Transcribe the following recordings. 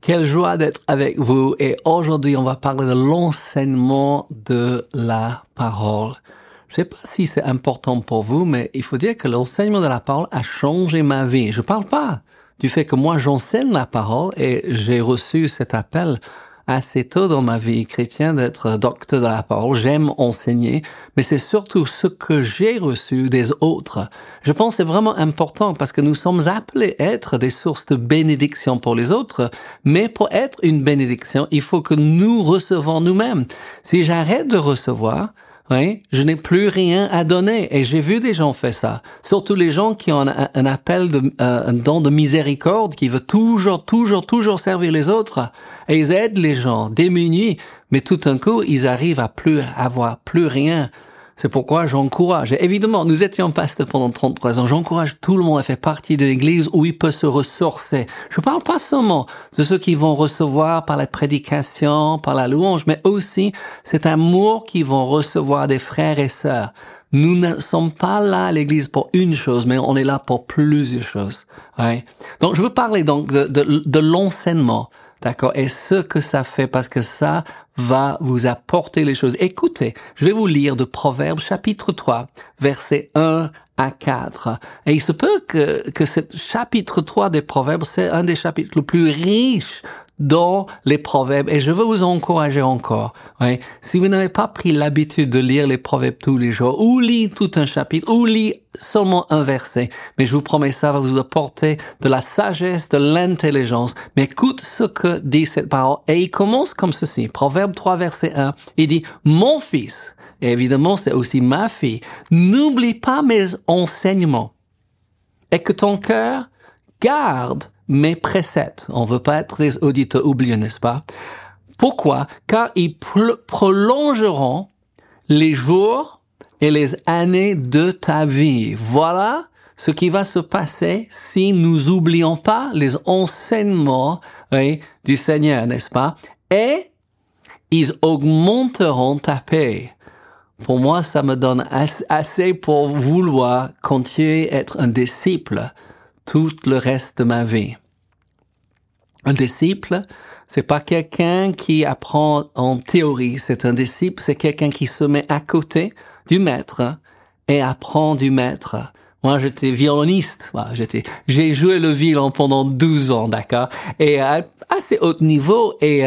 Quelle joie d'être avec vous et aujourd'hui on va parler de l'enseignement de la parole. Je ne sais pas si c'est important pour vous, mais il faut dire que l'enseignement de la parole a changé ma vie. Je ne parle pas du fait que moi j'enseigne la parole et j'ai reçu cet appel assez tôt dans ma vie chrétienne d'être docteur de la parole. J'aime enseigner, mais c'est surtout ce que j'ai reçu des autres. Je pense que c'est vraiment important parce que nous sommes appelés à être des sources de bénédiction pour les autres, mais pour être une bénédiction, il faut que nous recevons nous-mêmes. Si j'arrête de recevoir, oui, je n'ai plus rien à donner. Et j'ai vu des gens faire ça. Surtout les gens qui ont un appel un don de miséricorde, qui veut toujours servir les autres. Et ils aident les gens démunis. Mais tout d'un coup, ils arrivent à avoir plus rien. C'est pourquoi j'encourage. Et évidemment, nous étions pasteurs pendant 33 ans. J'encourage tout le monde à faire partie de l'église où il peut se ressourcer. Je parle pas seulement de ceux qui vont recevoir par la prédication, par la louange, mais aussi cet amour qu'ils vont recevoir des frères et sœurs. Nous ne sommes pas là à l'église pour une chose, mais on est là pour plusieurs choses. Ouais. Donc, je veux parler donc de l'enseignement. D'accord? Et ce que ça fait, parce que ça va vous apporter les choses. Écoutez, je vais vous lire de Proverbes chapitre 3, versets 1 à 4. Et il se peut que ce chapitre 3 des Proverbes, c'est un des chapitres les plus riches dans les Proverbes. Et je veux vous encourager encore. Ouais. Si vous n'avez pas pris l'habitude de lire les Proverbes tous les jours, ou lire tout un chapitre, ou lire seulement un verset, mais je vous promets, ça va vous apporter de la sagesse, de l'intelligence. Mais écoute ce que dit cette parole. Et il commence comme ceci. Proverbe 3, verset 1. Il dit, mon fils, et évidemment c'est aussi ma fille, n'oublie pas mes enseignements et que ton cœur garde mes préceptes. On veut pas être des auditeurs oubliés, n'est-ce pas? Pourquoi? Car ils prolongeront les jours et les années de ta vie. Voilà ce qui va se passer si nous oublions pas les enseignements, oui, du Seigneur, n'est-ce pas? Et ils augmenteront ta paix. Pour moi, ça me donne assez pour vouloir continuer à être un disciple tout le reste de ma vie. Un disciple, c'est pas quelqu'un qui apprend en théorie. C'est un disciple, c'est quelqu'un qui se met à côté du maître et apprend du maître. Moi, j'étais violoniste. J'ai joué le violon pendant 12 ans, d'accord? Et à assez haut niveau, et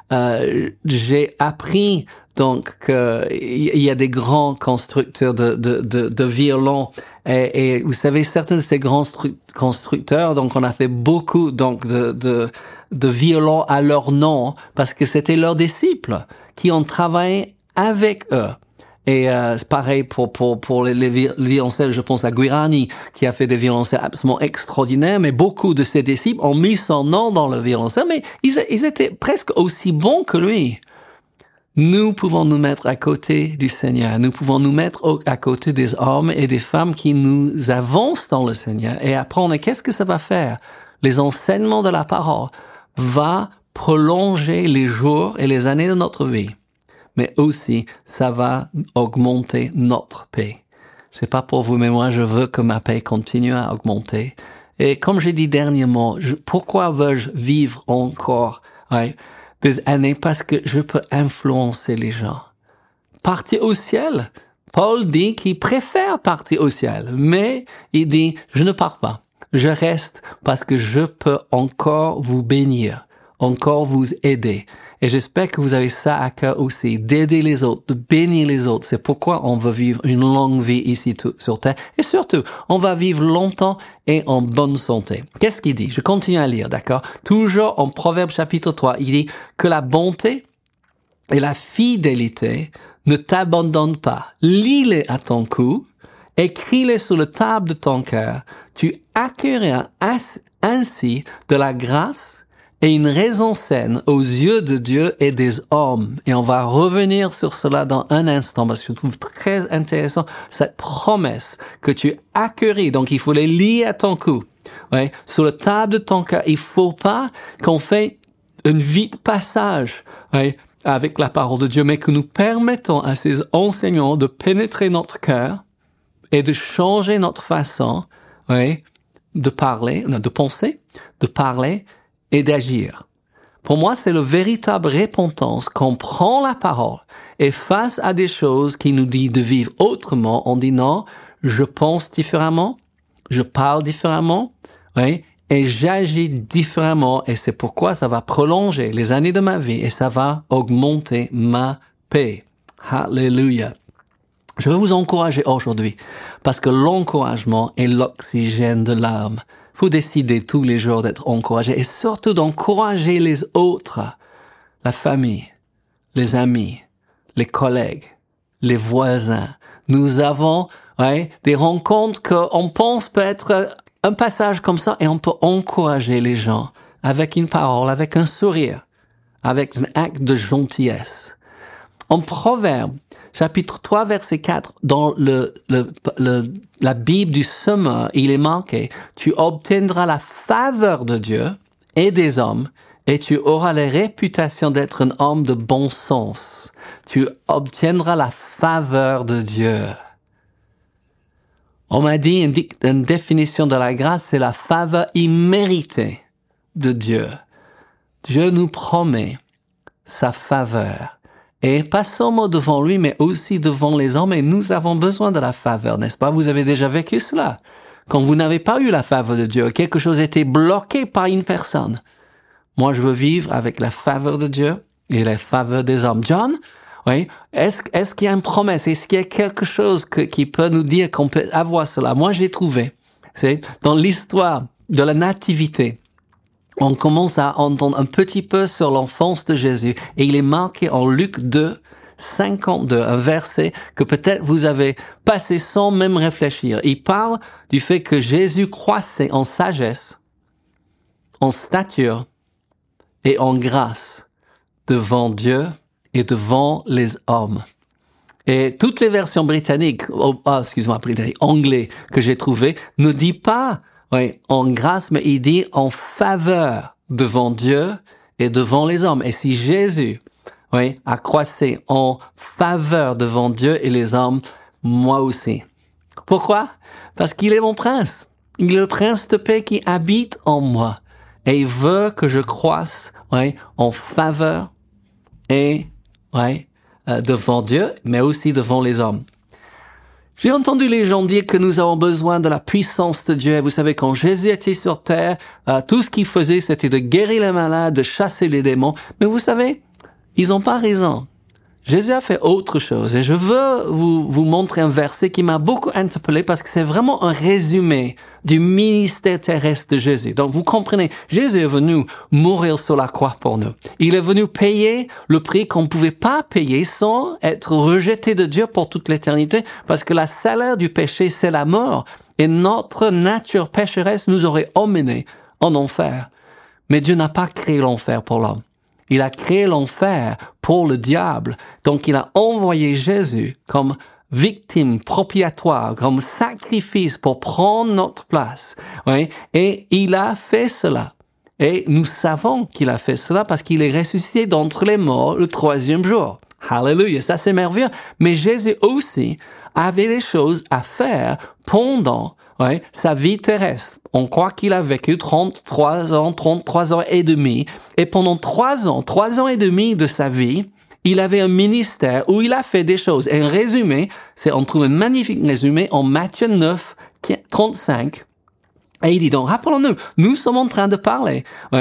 j'ai appris donc qu'il y a des grands constructeurs de violons. Et vous savez, certains de ces grands constructeurs, donc on a fait beaucoup donc de violons à leur nom parce que c'était leurs disciples qui ont travaillé avec eux. Et c'est pareil pour les violoncelles, je pense à Guirani qui a fait des violoncelles absolument extraordinaires, mais beaucoup de ses disciples ont mis son nom dans le violoncelle, mais ils étaient presque aussi bons que lui. Nous pouvons nous mettre à côté du Seigneur. Nous pouvons nous mettre à côté des hommes et des femmes qui nous avancent dans le Seigneur et apprendre qu'est-ce que ça va faire. Les enseignements de la parole va prolonger les jours et les années de notre vie. Mais aussi, ça va augmenter notre paix. Je sais pas pour vous, mais moi, je veux que ma paix continue à augmenter. Et comme j'ai dit dernièrement, pourquoi veux-je vivre encore, ouais, des années? Parce que je peux influencer les gens. Partir au ciel. Paul dit qu'il préfère partir au ciel, mais il dit, je ne pars pas. Je reste parce que je peux encore vous bénir, encore vous aider. Et j'espère que vous avez ça à cœur aussi, d'aider les autres, de bénir les autres. C'est pourquoi on veut vivre une longue vie ici sur Terre. Et surtout, on va vivre longtemps et en bonne santé. Qu'est-ce qu'il dit? Je continue à lire, d'accord? Toujours en Proverbe chapitre 3, il dit que la bonté et la fidélité ne t'abandonnent pas. Lis-les à ton cou, écris-les sur la table de ton cœur. Tu accueilleras ainsi de la grâce et une raison saine aux yeux de Dieu et des hommes. Et on va revenir sur cela dans un instant parce que je trouve très intéressant cette promesse que tu accueillis. Donc, il faut les lier à ton cou. Ouais. Sur la table de ton cœur, il faut pas qu'on fait un vite passage, ouais, avec la parole de Dieu, mais que nous permettons à ces enseignants de pénétrer notre cœur et de changer notre façon, ouais, de parler, de penser, de parler et d'agir. Pour moi, c'est le véritable repentance qu'on prend la parole et face à des choses qui nous disent de vivre autrement, on dit non, je pense différemment, je parle différemment, oui, et j'agis différemment et c'est pourquoi ça va prolonger les années de ma vie et ça va augmenter ma paix. Alléluia. Je veux vous encourager aujourd'hui parce que l'encouragement est l'oxygène de l'âme. Vous décidez tous les jours d'être encouragé et surtout d'encourager les autres, la famille, les amis, les collègues, les voisins. Nous avons des rencontres qu'on pense peut être un passage comme ça et on peut encourager les gens avec une parole, avec un sourire, avec un acte de gentillesse. En Proverbe, chapitre 3, verset 4, dans la Bible du Semeur, il est marqué « Tu obtiendras la faveur de Dieu et des hommes, et tu auras la réputation d'être un homme de bon sens. Tu obtiendras la faveur de Dieu. » On m'a dit une définition de la grâce, c'est la faveur imméritée de Dieu. Dieu nous promet sa faveur. Et pas seulement devant lui, mais aussi devant les hommes. Et nous avons besoin de la faveur, n'est-ce pas? Vous avez déjà vécu cela. Quand vous n'avez pas eu la faveur de Dieu, quelque chose était bloqué par une personne. Moi, je veux vivre avec la faveur de Dieu et la faveur des hommes. John, oui, est-ce qu'il y a une promesse? Est-ce qu'il y a quelque chose qui peut nous dire qu'on peut avoir cela? Moi, j'ai trouvé. C'est dans l'histoire de la nativité. On commence à entendre un petit peu sur l'enfance de Jésus et il est marqué en Luc 2, 52, un verset que peut-être vous avez passé sans même réfléchir. Il parle du fait que Jésus croissait en sagesse, en stature et en grâce devant Dieu et devant les hommes. Et toutes les versions britanniques, anglais que j'ai trouvées, ne disent pas en grâce, mais il dit en faveur devant Dieu et devant les hommes. Et si Jésus, a croissé en faveur devant Dieu et les hommes, moi aussi. Pourquoi? Parce qu'il est mon prince. Il est le prince de paix qui habite en moi. Et il veut que je croisse, en faveur et, devant Dieu, mais aussi devant les hommes. J'ai entendu les gens dire que nous avons besoin de la puissance de Dieu. Vous savez, quand Jésus était sur terre, tout ce qu'il faisait, c'était de guérir les malades, de chasser les démons. Mais vous savez, ils n'ont pas raison. Jésus a fait autre chose. Et je veux vous montrer un verset qui m'a beaucoup interpellé parce que c'est vraiment un résumé du ministère terrestre de Jésus. Donc, vous comprenez, Jésus est venu mourir sur la croix pour nous. Il est venu payer le prix qu'on ne pouvait pas payer sans être rejeté de Dieu pour toute l'éternité parce que la salaire du péché, c'est la mort. Et notre nature pécheresse nous aurait emmenés en enfer. Mais Dieu n'a pas créé l'enfer pour l'homme. Il a créé l'enfer pour le diable. Donc, il a envoyé Jésus comme victime propiatoire, comme sacrifice pour prendre notre place. Et il a fait cela. Et nous savons qu'il a fait cela parce qu'il est ressuscité d'entre les morts le 3e jour. Hallelujah, ça c'est merveilleux. Mais Jésus aussi avait des choses à faire pendant sa vie terrestre. On croit qu'il a vécu 33 ans et demi. Et pendant 3 ans et demi de sa vie, il avait un ministère où il a fait des choses. Et un résumé, on trouve un magnifique résumé en Matthieu 9, 35. Et il dit donc, rappelons-nous, nous sommes en train de parler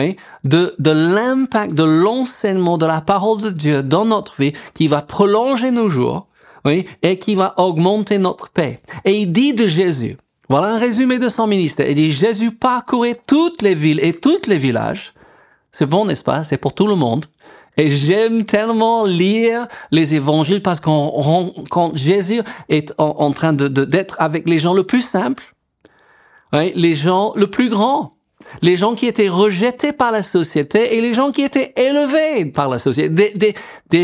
de l'impact de l'enseignement de la parole de Dieu dans notre vie qui va prolonger nos jours et qui va augmenter notre paix. Et il dit de Jésus, voilà un résumé de son ministère. Il dit, Jésus parcourait toutes les villes et tous les villages. C'est bon, n'est-ce pas? C'est pour tout le monde. Et j'aime tellement lire les évangiles parce quand Jésus est en train d'être avec les gens le plus simples, les gens le plus grands, les gens qui étaient rejetés par la société et les gens qui étaient élevés par la société.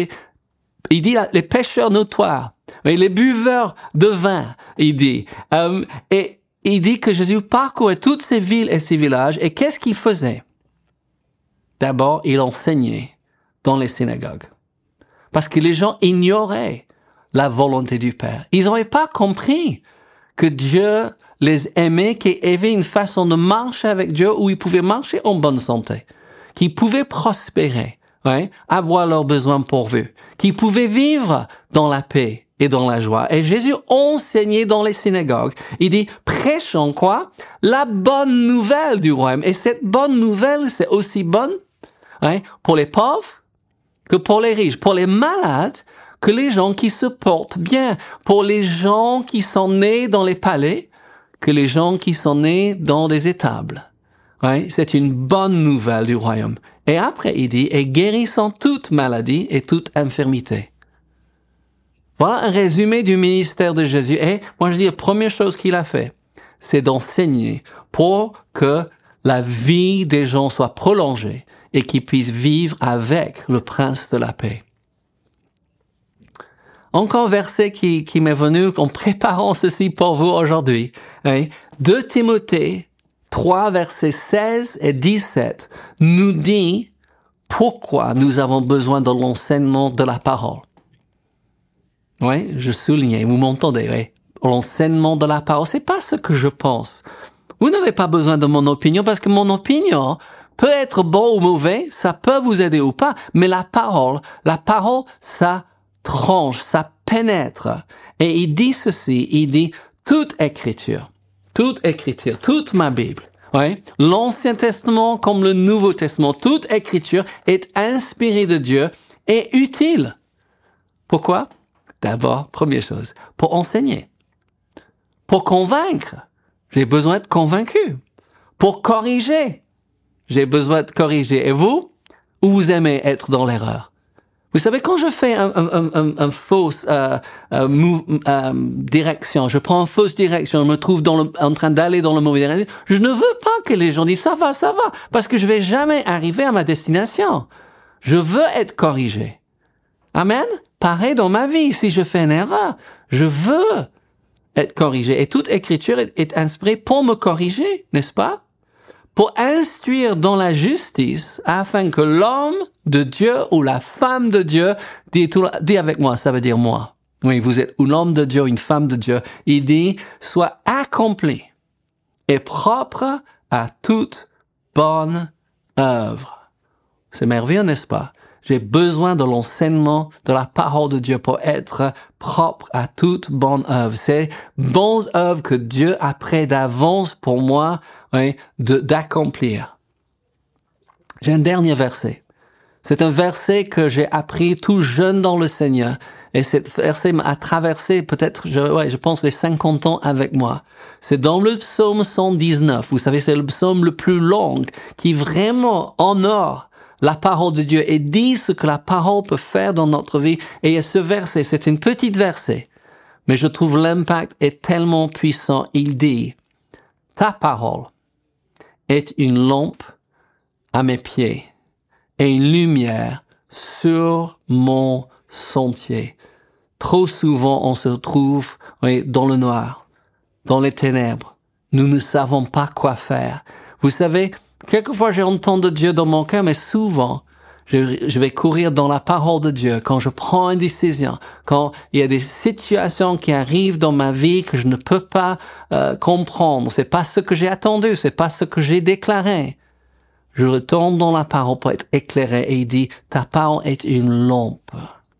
Il dit les pécheurs notoires, les buveurs de vin, il dit. Et il dit que Jésus parcourait toutes ces villes et ces villages. Et qu'est-ce qu'il faisait? D'abord, il enseignait dans les synagogues. Parce que les gens ignoraient la volonté du Père. Ils n'avaient pas compris que Dieu les aimait, qu'il y avait une façon de marcher avec Dieu où ils pouvaient marcher en bonne santé. qui pouvaient prospérer, avoir leurs besoins pourvus, qui pouvaient vivre dans la paix et dans la joie. Et Jésus enseignait dans les synagogues. Il dit, prêchons quoi? La bonne nouvelle du royaume. Et cette bonne nouvelle, c'est aussi bonne pour les pauvres que pour les riches, pour les malades que les gens qui se portent bien, pour les gens qui sont nés dans les palais que les gens qui sont nés dans des étables. C'est une bonne nouvelle du royaume. Et après, il dit, et guérissant toute maladie et toute infirmité. Voilà un résumé du ministère de Jésus. Et moi, je dis, la première chose qu'il a fait, c'est d'enseigner pour que la vie des gens soit prolongée et qu'ils puissent vivre avec le prince de la paix. Encore un verset qui m'est venu en préparant ceci pour vous aujourd'hui. 2 Timothée 3, versets 16 et 17 nous dit pourquoi nous avons besoin de l'enseignement de la parole. Oui, je souligne, vous m'entendez, l'enseignement de la parole, c'est pas ce que je pense. Vous n'avez pas besoin de mon opinion parce que mon opinion peut être bon ou mauvais, ça peut vous aider ou pas, mais la parole, ça tranche, ça pénètre. Et il dit ceci, il dit toute écriture, toute ma Bible, l'Ancien Testament comme le Nouveau Testament, toute écriture est inspirée de Dieu et utile. Pourquoi? D'abord, première chose, pour enseigner, pour convaincre, j'ai besoin d'être convaincu, pour corriger, j'ai besoin de corriger. Et vous, ou vous aimez être dans l'erreur? Vous savez, quand je fais un fausse direction, je prends une fausse direction, je me trouve en train d'aller dans le mauvais direction, je ne veux pas que les gens disent ça va, parce que je vais jamais arriver à ma destination. Je veux être corrigé. Amen? Pareil dans ma vie, si je fais une erreur, je veux être corrigé. Et toute écriture est inspirée pour me corriger, n'est-ce pas? Pour instruire dans la justice, afin que l'homme de Dieu ou la femme de Dieu, dis avec moi, ça veut dire moi. Oui, vous êtes un homme de Dieu, une femme de Dieu. Il dit, soit accompli et propre à toute bonne œuvre. C'est merveilleux, n'est-ce pas? J'ai besoin de l'enseignement de la parole de Dieu pour être propre à toute bonne œuvre. C'est bonnes œuvres que Dieu a prêt d'avance pour moi d'accomplir. J'ai un dernier verset. C'est un verset que j'ai appris tout jeune dans le Seigneur. Et ce verset m'a traversé peut-être, je pense, les 50 ans avec moi. C'est dans le psaume 119. Vous savez, c'est le psaume le plus long qui vraiment honore la parole de Dieu et dit ce que la parole peut faire dans notre vie. Et ce verset, c'est une petite verset, mais je trouve l'impact est tellement puissant. Il dit, ta parole est une lampe à mes pieds et une lumière sur mon sentier. Trop souvent, on se trouve dans le noir, dans les ténèbres. Nous ne savons pas quoi faire. Vous savez, quelquefois, j'entends de Dieu dans mon cœur, mais souvent, je vais courir dans la parole de Dieu quand je prends une décision, quand il y a des situations qui arrivent dans ma vie que je ne peux pas comprendre. C'est pas ce que j'ai attendu, c'est pas ce que j'ai déclaré. Je retourne dans la parole pour être éclairé et il dit, ta parole est une lampe.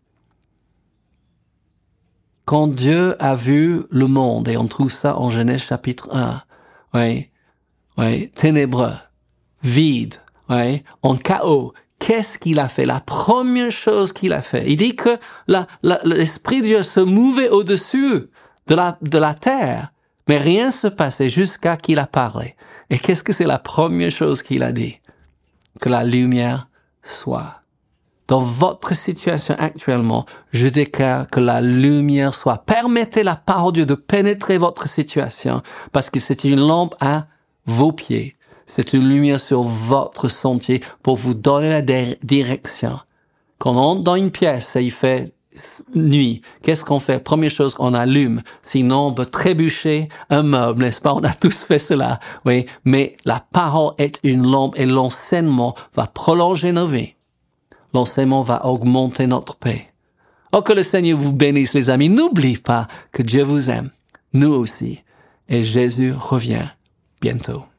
Quand Dieu a vu le monde, et on trouve ça en Genèse chapitre 1, ténébreux, vide, en chaos, qu'est-ce qu'il a fait? La première chose qu'il a fait, il dit que l'Esprit de Dieu se mouvait au-dessus de la terre, mais rien ne se passait jusqu'à qu'il a parlé. Et qu'est-ce que c'est la première chose qu'il a dit? Que la lumière soit. Dans votre situation actuellement, je déclare que la lumière soit. Permettez la parole de Dieu de pénétrer votre situation, parce que c'est une lampe à vos pieds. C'est une lumière sur votre sentier pour vous donner la direction. Quand on entre dans une pièce et il fait nuit, qu'est-ce qu'on fait? Première chose, on allume. Sinon, on peut trébucher un meuble, n'est-ce pas? On a tous fait cela. Oui, mais la parole est une lampe et l'enseignement va prolonger nos vies. L'enseignement va augmenter notre paix. Oh, que le Seigneur vous bénisse, les amis. N'oubliez pas que Dieu vous aime. Nous aussi. Et Jésus revient bientôt.